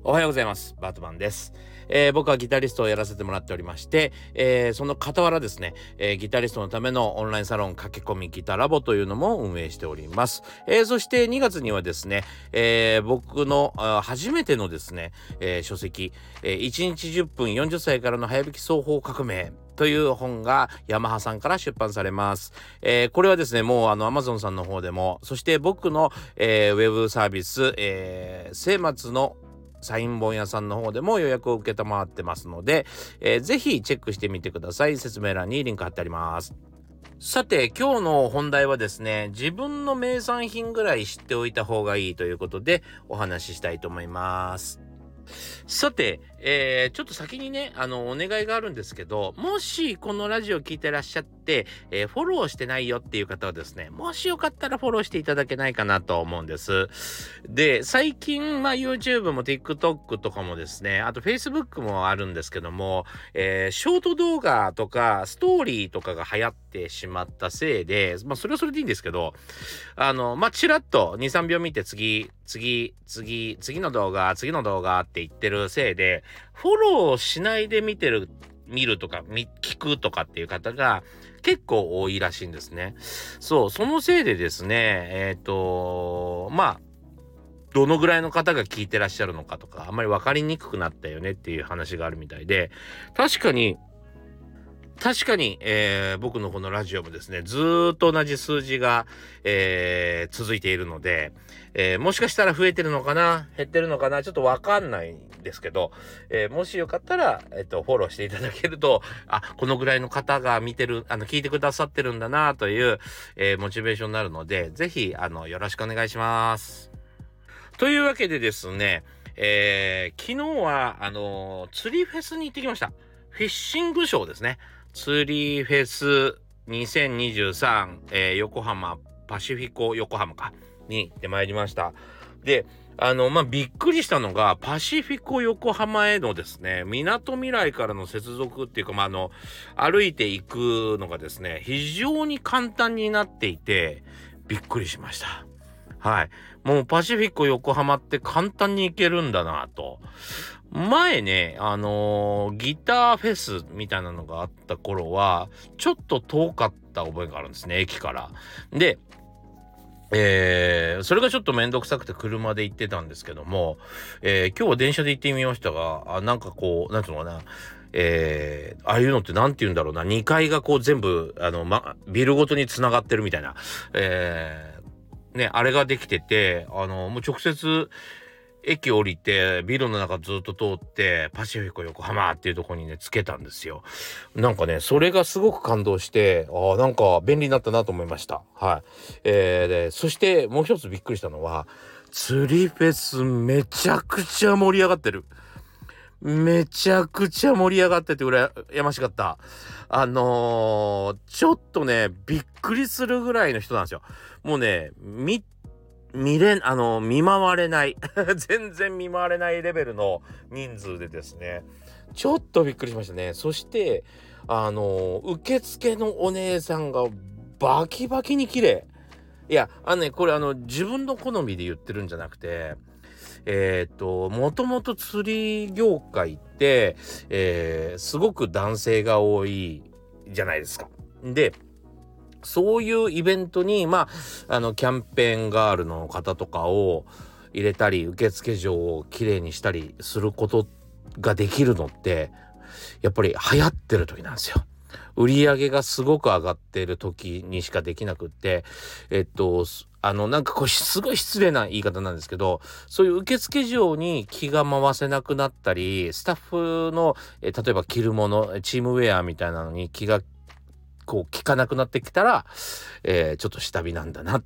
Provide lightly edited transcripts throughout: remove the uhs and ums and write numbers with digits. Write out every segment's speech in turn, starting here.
おはようございます。バートマンです。僕はギタリストをやらせてもらっておりまして、その傍らですね、ギタリストのためのオンラインサロン駆け込みギタラボというのも運営しております。そして2月にはですね、僕の初めてのですね、書籍、1日10分40歳からの早弾き奏法革命という本がヤマハさんから出版されます。これはですね、もうAmazon さんの方でも、そして僕の、ウェブサービス、末松のサイン本屋さんの方でも予約を受けたまってますので、ぜひチェックしてみてください。説明欄にリンク貼ってあります。さて、今日の本題はですね、自分の名産品ぐらい知っておいた方がいいということでお話ししたいと思います。さて、ちょっと先にね、お願いがあるんですけど、もしこのラジオ聞いてらっしゃって、フォローしてないよっていう方はですね、もしよかったらフォローしていただけないかなと思うんです。で、最近、YouTube も TikTok とかもですね、あと Facebook もあるんですけども、ショート動画とかストーリーとかが流行ってしまったせいで、それはそれでいいんですけど、チラッと2、3秒見て次の動画って言ってるせいで、フォローしないで見るとか、聞くとかっていう方が結構多いらしいんですね。そう、そのせいでですね、どのぐらいの方が聞いてらっしゃるのかとか、あんまり分かりにくくなったよねっていう話があるみたいで、確かに、僕のこのラジオもですね、ずーっと同じ数字が、続いているので、もしかしたら増えてるのかな減ってるのかなちょっとわかんないんですけど、もしよかったら、フォローしていただけると、このぐらいの方が聞いてくださってるんだなという、モチベーションになるので、ぜひ、よろしくお願いします。というわけでですね、昨日は、釣りフェスに行ってきました。フィッシングショーですね。釣りフェス2023、横浜、パシフィコ横浜に行ってまいりました。で、びっくりしたのが、パシフィコ横浜へのですね、港未来からの接続っていうか、歩いていくのがですね、非常に簡単になっていて、びっくりしました。はい。もうパシフィコ横浜って簡単に行けるんだなと。前ね、ギターフェスみたいなのがあった頃は、ちょっと遠かった覚えがあるんですね、駅から。で、それがちょっとめんどくさくて車で行ってたんですけども、今日は電車で行ってみましたが、なんかこう、なんていうのかな、ああいうのってなんて言うんだろうな、2階がこう全部、ビルごとに繋がってるみたいな、あれができてて、もう直接、駅降りて、ビルの中ずっと通って、パシフィコ横浜っていうところにね、つけたんですよ。なんかね、それがすごく感動して、なんか便利になったなと思いました。はい。で、そしてもう一つびっくりしたのは、釣りフェスめちゃくちゃ盛り上がってる。めちゃくちゃ盛り上がってて羨ましかった。ちょっとね、びっくりするぐらいの人なんですよ。もうね、見回れない全然見回れないレベルの人数でですね、ちょっとびっくりしましたね。そして受付のお姉さんがバキバキに綺麗。いやこれ自分の好みで言ってるんじゃなくて、もともと釣り業界って、すごく男性が多いじゃないですか。で、そういうイベントにキャンペーンガールの方とかを入れたり、受付嬢をきれいにしたりすることができるのってやっぱり流行ってる時なんですよ。売り上げがすごく上がってる時にしかできなくって、なんかこれすごい失礼な言い方なんですけど、そういう受付嬢に気が回せなくなったり、スタッフの、例えば着るもの、チームウェアみたいなのに気がこう効かなくなってきたら、ちょっと下火なんだなって、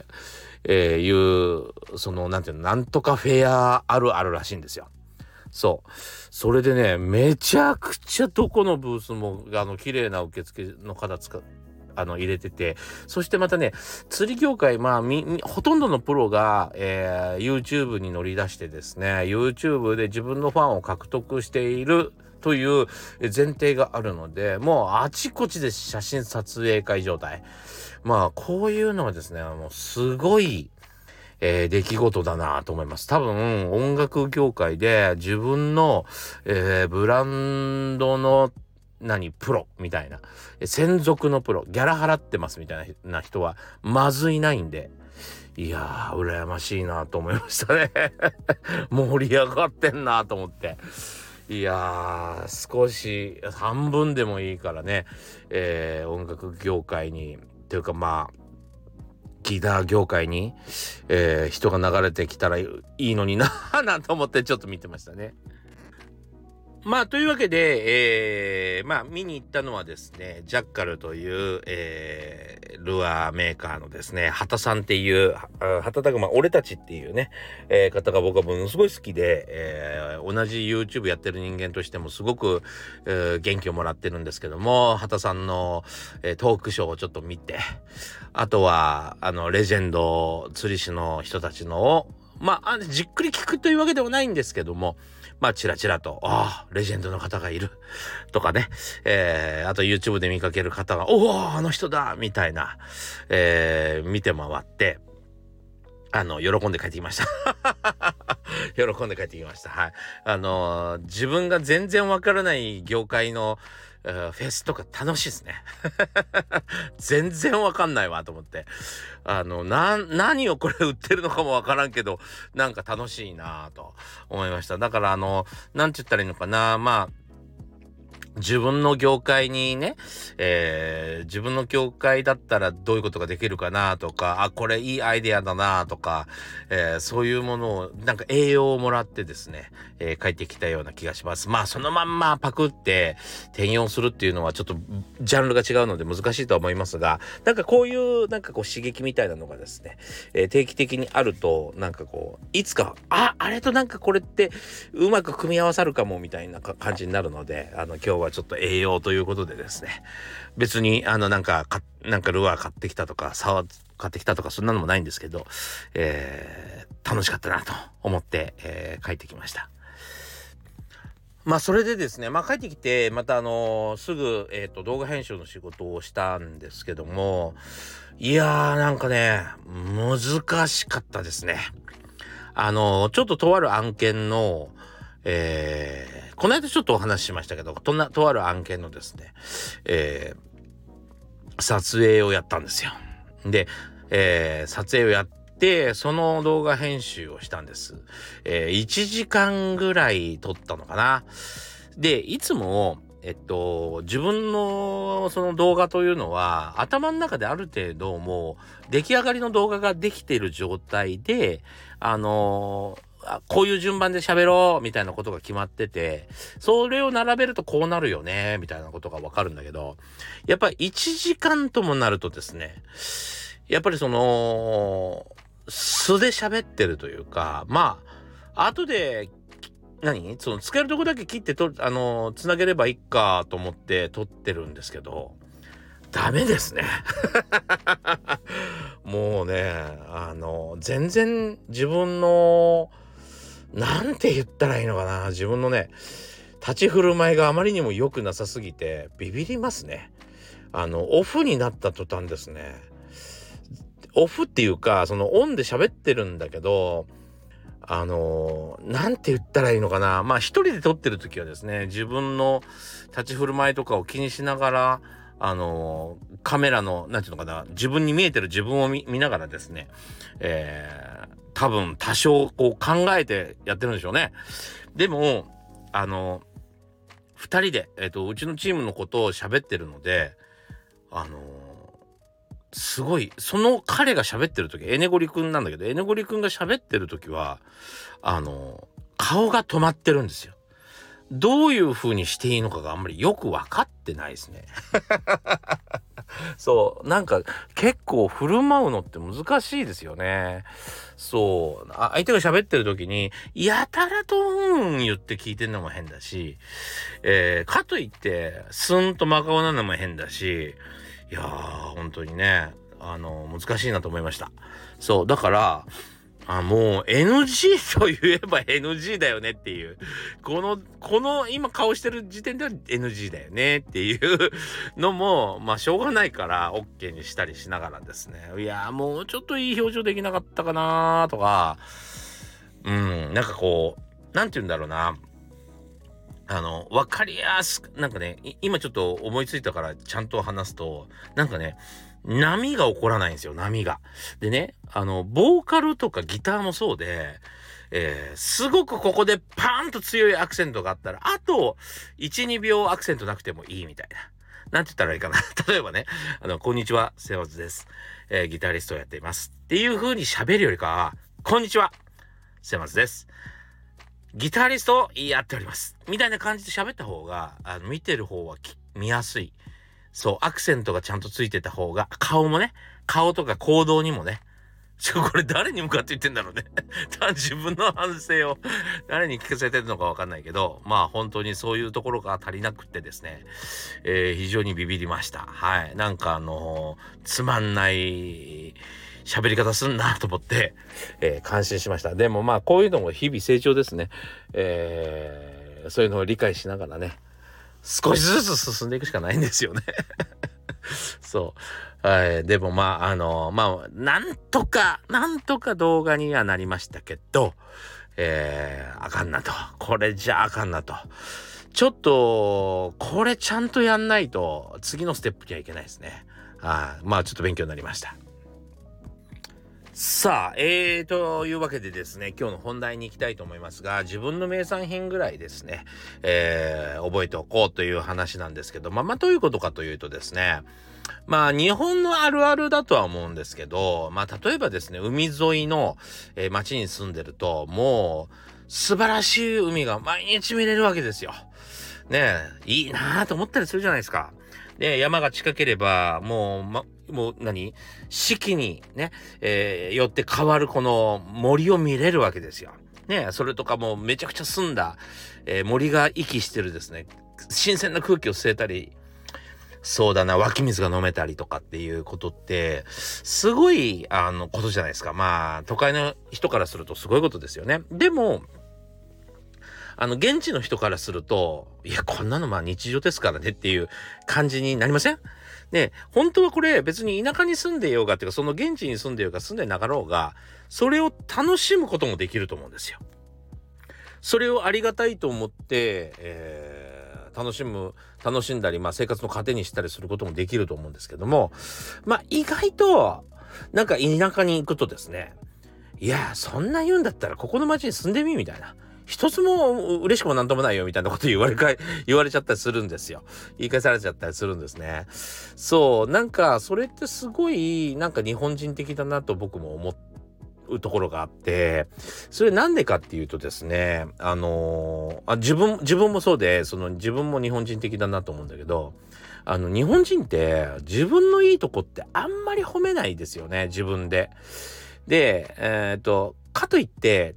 いうなんとかフェアあるあるらしいんですよ。そう。それでね、めちゃくちゃどこのブースも綺麗な受付の方入れてて、そしてまたね、釣り業界、ほとんどのプロが、YouTube に乗り出してですね、YouTube で自分のファンを獲得しているという前提があるので、もうあちこちで写真撮影会状態。こういうのはですね、もうすごい、 出来事だなと思います。多分音楽業界で自分の、ブランドのプロみたいな、専属のプロ、ギャラ払ってますみたいな人はまずいないんで、いやー羨ましいなと思いましたね。盛り上がってんなと思って、いやー少し半分でもいいからね、音楽業界にというかギター業界に、人が流れてきたらいいのにななんて思ってちょっと見てましたね。というわけで、見に行ったのはですね、ジャッカルという、ルアーメーカーのですね、畑さんっていう、畑田が俺たちっていうね、方が僕はものすごい好きで、同じ YouTube やってる人間としてもすごく、元気をもらってるんですけども、畑さんの、トークショーをちょっと見て、あとは、レジェンド釣り師の人たちのを、じっくり聞くというわけではないんですけども、チラチラと、レジェンドの方がいるとかね、あと YouTube で見かける方が、あの人だみたいな、見て回って、喜んで帰ってきました。喜んで帰ってきました。はい。自分が全然わからない業界の、フェスとか楽しいですね。全然わかんないわと思って。何をこれ売ってるのかもわからんけど、なんか楽しいなと思いました。だからなんて言ったらいいのかな、自分の業界にね、自分の業界だったらどういうことができるかなとか、これいいアイデアだなとか、そういうものをなんか栄養をもらってですね、帰ってきたような気がします。そのまんまパクって転用するっていうのはちょっとジャンルが違うので難しいとは思いますが、なんかこういう刺激みたいなのがですね、定期的にあるといつかあれとこれってうまく組み合わさるかもみたいな感じになるので、今日はちょっと栄養ということでですね、別にルアー買ってきたとか竿買ってきたとかそんなのもないんですけど、楽しかったなと思って、帰ってきました。それでですね、帰ってきてまたすぐ、動画編集の仕事をしたんですけども、いやー難しかったですね。ちょっととある案件の、この間ちょっとお話ししましたけど、とある案件のですね、撮影をやったんですよ。で、撮影をやってその動画編集をしたんです。1時間ぐらい撮ったのかな。で、いつも自分のその動画というのは頭の中である程度もう出来上がりの動画ができている状態で、こういう順番で喋ろうみたいなことが決まってて、それを並べるとこうなるよねみたいなことがわかるんだけど、やっぱり1時間ともなるとですね、やっぱり素で喋ってるというか、後で使えるとこだけ切ってつなげればいいかと思って撮ってるんですけど、ダメですね。もうね、全然自分のなんて言ったらいいのかな、自分のね立ち振る舞いがあまりにも良くなさすぎてビビりますね。オフになった途端ですね、オフっていうかオンで喋ってるんだけど、なんて言ったらいいのかな、一人で撮ってる時はですね、自分の立ち振る舞いとかを気にしながらカメラのなんていうのかな、自分に見えてる自分を見ながらですね、多分多少考えてやってるんでしょうね。でも2人で、うちのチームのことを喋ってるので、すごいその彼が喋ってる時、エネゴリくんなんだけど、エネゴリくんが喋ってる時は顔が止まってるんですよ。どういう風にしていいのかがあんまりよく分かってないですね。そう結構振る舞うのって難しいですよね。相手が喋ってる時にやたらと言って聞いてんのも変だし、かといってスンと真顔なのも変だし、いやー本当にね難しいなと思いました。だからもう NG と言えば NG だよねっていう。この今顔してる時点では NG だよねっていうのも、まあしょうがないから OK にしたりしながらですね。いや、もうちょっといい表情できなかったかなとか、なんかこう、なんて言うんだろうな。わかりやすく、なんかね、今ちょっと思いついたからちゃんと話すと、なんかね、波が起こらないんですよ、波が。でね、ボーカルとかギターもそうで、すごくここでパーンと強いアクセントがあったら、あと、1、2秒アクセントなくてもいいみたいな。なんて言ったらいいかな。例えばね、こんにちは、セオズです。ギタリストをやっています。っていう風に喋るよりかは、こんにちは、セマズです。ギタリストをやっております。みたいな感じで喋った方が、見てる方は見やすい。そう、アクセントがちゃんとついてた方が、顔もね、顔とか行動にもね、これ誰に向かって言ってんだろうね。自分の反省を誰に聞かせてるのかわかんないけど、まあ本当にそういうところが足りなくってですね、非常にビビりました。はい。なんかつまんない喋り方すんなと思って、感心しました。でもまあこういうのも日々成長ですね。そういうのを理解しながらね、少しずつ進んでいくしかないんですよね。そう。はい。でもまあ、なんとか動画にはなりましたけど、あかんなと。これじゃあかんなと。ちょっと、これちゃんとやんないと、次のステップにはいけないですね。まあ、ちょっと勉強になりました。さあ、というわけでですね、今日の本題に行きたいと思いますが、自分の名産品ぐらいですね、覚えておこうという話なんですけど、まあ、どういうことかというとですね、まあ、日本のあるあるだとは思うんですけど、まあ、例えばですね、海沿いの、町に住んでると、もう、素晴らしい海が毎日見れるわけですよ。ねえ、いいなぁと思ったりするじゃないですか。で、山が近ければ、もう四季にね、よって変わるこの森を見れるわけですよ。ね、それとかもうめちゃくちゃ澄んだ、森が息してるですね、新鮮な空気を吸えたり、そうだな、湧き水が飲めたりとかっていうことって、すごい、ことじゃないですか。まあ、都会の人からするとすごいことですよね。でも、現地の人からすると、いや、こんなのまあ日常ですからねっていう感じになりません？ね、本当はこれ別に田舎に住んでようがっていうか、その現地に住んでようが住んでなかろうが、それを楽しむこともできると思うんですよ。それをありがたいと思って、楽しんだり、まあ生活の糧にしたりすることもできると思うんですけども、まあ意外と、なんか田舎に行くとですね、いや、そんな言うんだったらここの町に住んでみみたいな。一つも嬉しくもなんともないよみたいなこと言われちゃったりするんですよ。言い返されちゃったりするんですね。そう、なんかそれってすごいなんか日本人的だなと僕も思うところがあって、それなんでかっていうとですね、自分もそうで、自分も日本人的だなと思うんだけど、日本人って自分のいいとこってあんまり褒めないですよね、自分で。で、かといって、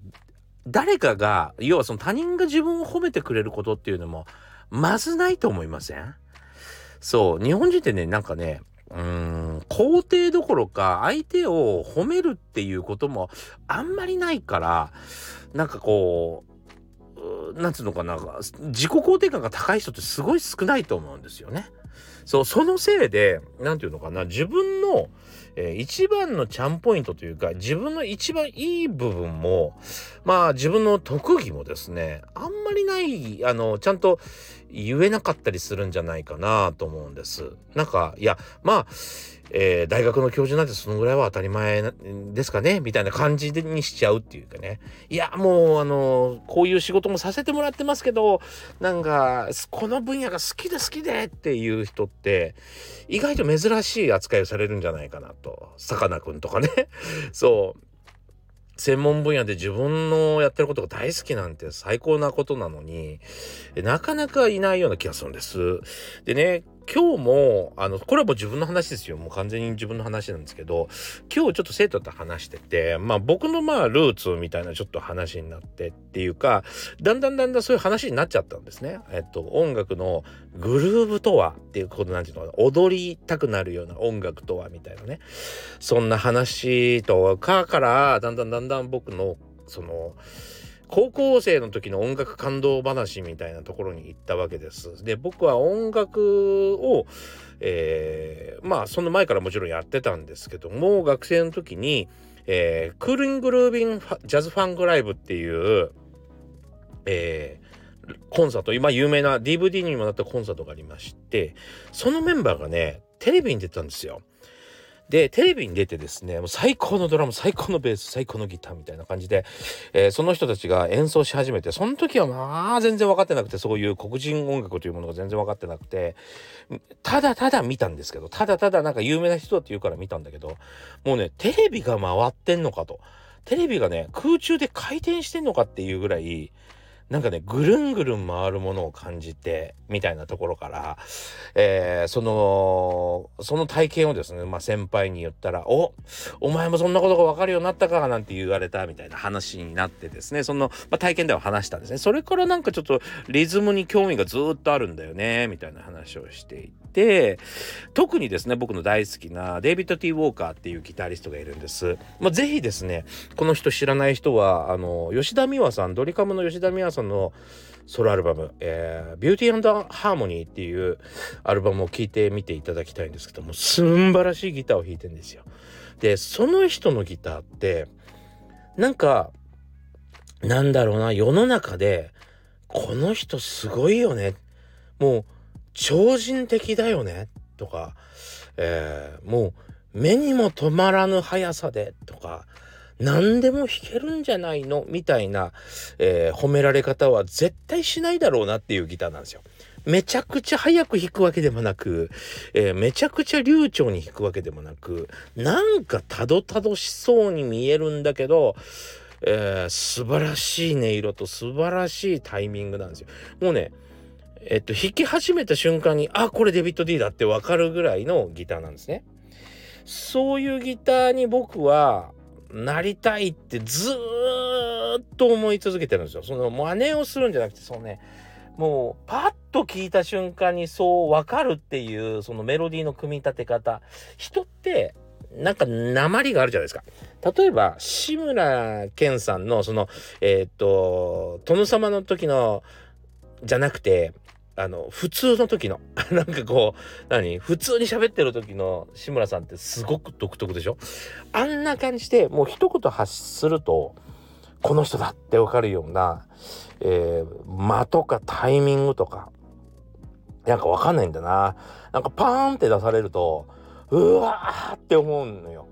誰かが、要はその他人が自分を褒めてくれることっていうのも、まずないと思いません？そう、日本人ってね、なんかね、肯定どころか、相手を褒めるっていうこともあんまりないから、なんかこう、なんつうのかな、自己肯定感が高い人ってすごい少ないと思うんですよね。そう、そのせいで、なんていうのかな、自分の、一番のチャンポイントというか、自分の一番いい部分も、まあ自分の特技もですね、あんまりない、ちゃんと言えなかったりするんじゃないかなと思うんです。なんか、いや、まあ、大学の教授なんてそのぐらいは当たり前ですかねみたいな感じにしちゃうっていうかね。いや、もう、こういう仕事もさせてもらってますけど、なんか、この分野が好きでっていう人って、意外と珍しい扱いをされるんじゃないかなと。さかなクンとかね。そう。専門分野で自分のやってることが大好きなんて最高なことなのに、なかなかいないような気がするんです。でね、 今日もこれはもう自分の話ですよ。もう完全に自分の話なんですけど、今日ちょっと生徒と話してて、僕のルーツみたいなちょっと話になってっていうか、だんだんそういう話になっちゃったんですね。音楽のグルーヴとはっていうこと、なんていうの、踊りたくなるような音楽とはみたいなね、そんな話とかからだんだん僕のその高校生の時の音楽感動話みたいなところに行ったわけです。で、僕は音楽を、その前からもちろんやってたんですけども、学生の時に、クーリングルービンジャズファンクライブっていう、コンサート、今有名な DVD にもなったコンサートがありまして、そのメンバーがね、テレビに出てたんですよ。で、テレビに出てですね、もう最高のドラム、最高のベース、最高のギターみたいな感じで、その人たちが演奏し始めて、その時は全然分かってなくて、そういう黒人音楽というものが全然分かってなくて、ただただ見たんですけど、ただただなんか有名な人だって言うから見たんだけど、もうね、テレビが回ってんのかと。テレビがね、空中で回転してんのかっていうぐらい、なんかね、ぐるんぐるん回るものを感じてみたいなところから、その体験をですね、先輩に言ったら、お前もそんなことが分かるようになったかなんて言われたみたいな話になってですね、体験では話したんですね。それからなんかちょっとリズムに興味がずっとあるんだよねみたいな話をしていて、特にですね、僕の大好きなデイビッド・ティ・ウォーカーっていうギタリストがいるんです。ぜひですね、この人知らない人は吉田美和さん、ドリカムの吉田美和さんのソロアルバム、ビューティー&ハーモニーっていうアルバムを聴いてみていただきたいんですけども、素晴らしいギターを弾いてるんですよ。で、その人のギターってなんかなんだろうな、世の中でこの人すごいよね、もう超人的だよねとか、もう目にも止まらぬ速さでとか、何でも弾けるんじゃないのみたいな、褒められ方は絶対しないだろうなっていうギターなんですよ。めちゃくちゃ速く弾くわけでもなく、めちゃくちゃ流暢に弾くわけでもなく、なんかたどたどしそうに見えるんだけど、素晴らしい音色と素晴らしいタイミングなんですよ。もうね、弾き始めた瞬間に、これデビッド D だってわかるぐらいのギターなんですね。そういうギターに僕はなりたいってずーっと思い続けてるんですよ。その真似をするんじゃなくて、もうパッと聞いた瞬間にそうわかるっていうそのメロディーの組み立て方。人ってなんか訛りがあるじゃないですか。例えば志村けんさんの殿様の時のじゃなくて、普通の時のなんかこう普通に喋ってる時の志村さんってすごく独特でしょ。あんな感じでもう一言発するとこの人だってわかるような、間とかタイミングとかなんかわかんないんだな。なんかパーンって出されるとうわーって思うのよ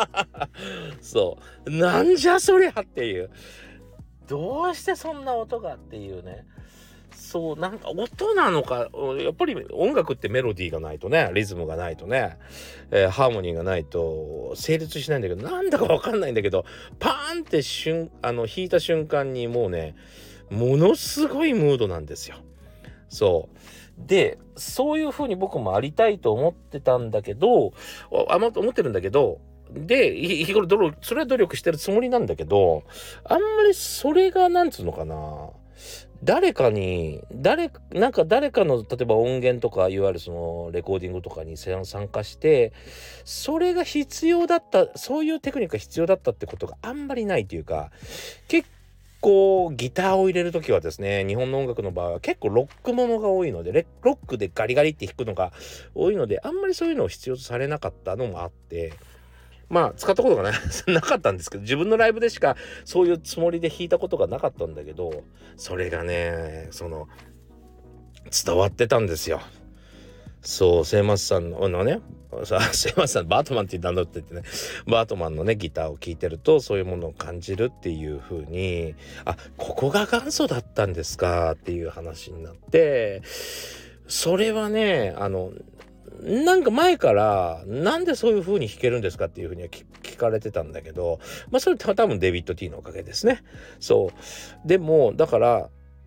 そうなんじゃそりゃっていう、どうしてそんな音がっていうね。そうなんか音なのか、やっぱり音楽ってメロディーがないとね、リズムがないとね、ハーモニーがないと成立しないんだけど、なんだかわかんないんだけど、パーンって弾いた瞬間にもうね、ものすごいムードなんですよ。そうで、そういう風に僕もありたいと思ってたんだけど、思ってるんだけど、で日頃それは努力してるつもりなんだけど、あんまりそれがなんつうのかな、誰かの例えば音源とかいわゆるそのレコーディングとかに参加して、それが必要だった、そういうテクニックが必要だったってことがあんまりないというか、結構ギターを入れるときはですね、日本の音楽の場合は結構ロックものが多いので、ロックでガリガリって弾くのが多いので、あんまりそういうのを必要とされなかったのもあって、使ったことがなかったんですけど、自分のライブでしかそういうつもりで弾いたことがなかったんだけど、それがね、伝わってたんですよ。そう、末松さんのね、末松さんバートマンって何だって言ってね、バートマンのねギターを聴いてるとそういうものを感じるっていう風に、ここが元祖だったんですかっていう話になって、それはね、なんか前からなんでそういう風に弾けるんですかっていう風には聞かれてたんだけど、それ多分デビッド・ティのおかげですね。そうでもだから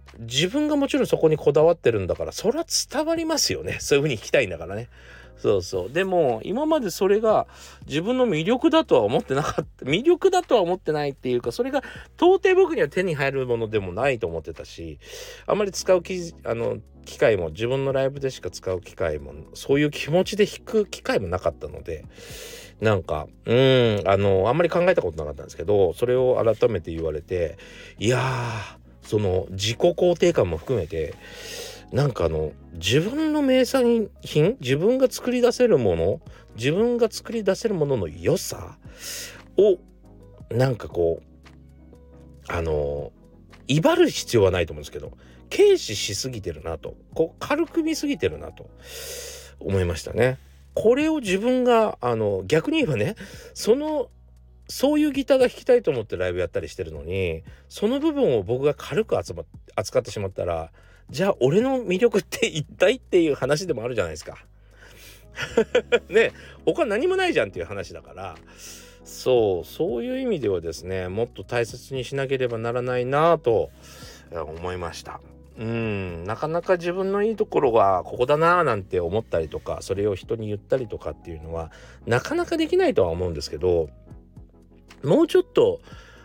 自分がもちろんそこにこだわってるんだから、それは伝わりますよね。そういう風に弾きたいんだからね。そうそう。でも今までそれが自分の魅力だとは思ってなかった。魅力だとは思ってないっていうか、それが到底僕には手に入るものでもないと思ってたし、あんまり使う機会も、自分のライブでしか使う機会も、そういう気持ちで弾く機会もなかったので、なんかあんまり考えたことなかったんですけど、それを改めて言われて、いやー、その自己肯定感も含めて、なんか自分の名産品、自分が作り出せるもの、自分が作り出せるものの良さをなんかこう威張る必要はないと思うんですけど、軽視しすぎてるなと、こう軽く見すぎてるなと思いましたね。これを自分が逆に言えばね、そういうギターが弾きたいと思ってライブやったりしてるのに、その部分を僕が軽く扱ってしまったら、じゃあ俺の魅力って一体っていう話でもあるじゃないですか。ね、他何もないじゃんっていう話だから、そういう意味ではですね、もっと大切にしなければならないなと思いました。なかなか自分のいいところがここだななんて思ったりとか、それを人に言ったりとかっていうのはなかなかできないとは思うんですけど、もうちょっと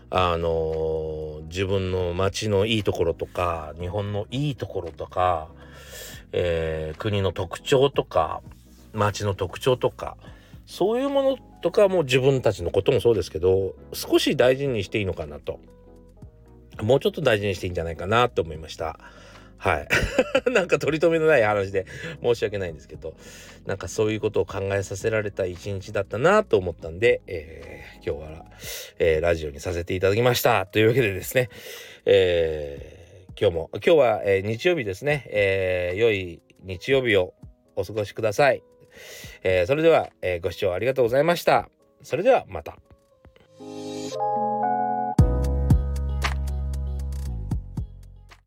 自分の街のいいところとか、日本のいいところとか、国の特徴とか、街の特徴とか、そういうものとかも自分たちのこともそうですけど、少し大事にしていいのかなと、もうちょっと大事にしていいんじゃないかなと思いました。はいなんか取り留めのない話で申し訳ないんですけど、なんかそういうことを考えさせられた一日だったなと思ったんで、今日は、ラジオにさせていただきましたというわけでですね、今日は、日曜日ですね、良い日曜日をお過ごしください。それでは、ご視聴ありがとうございました。それではまた。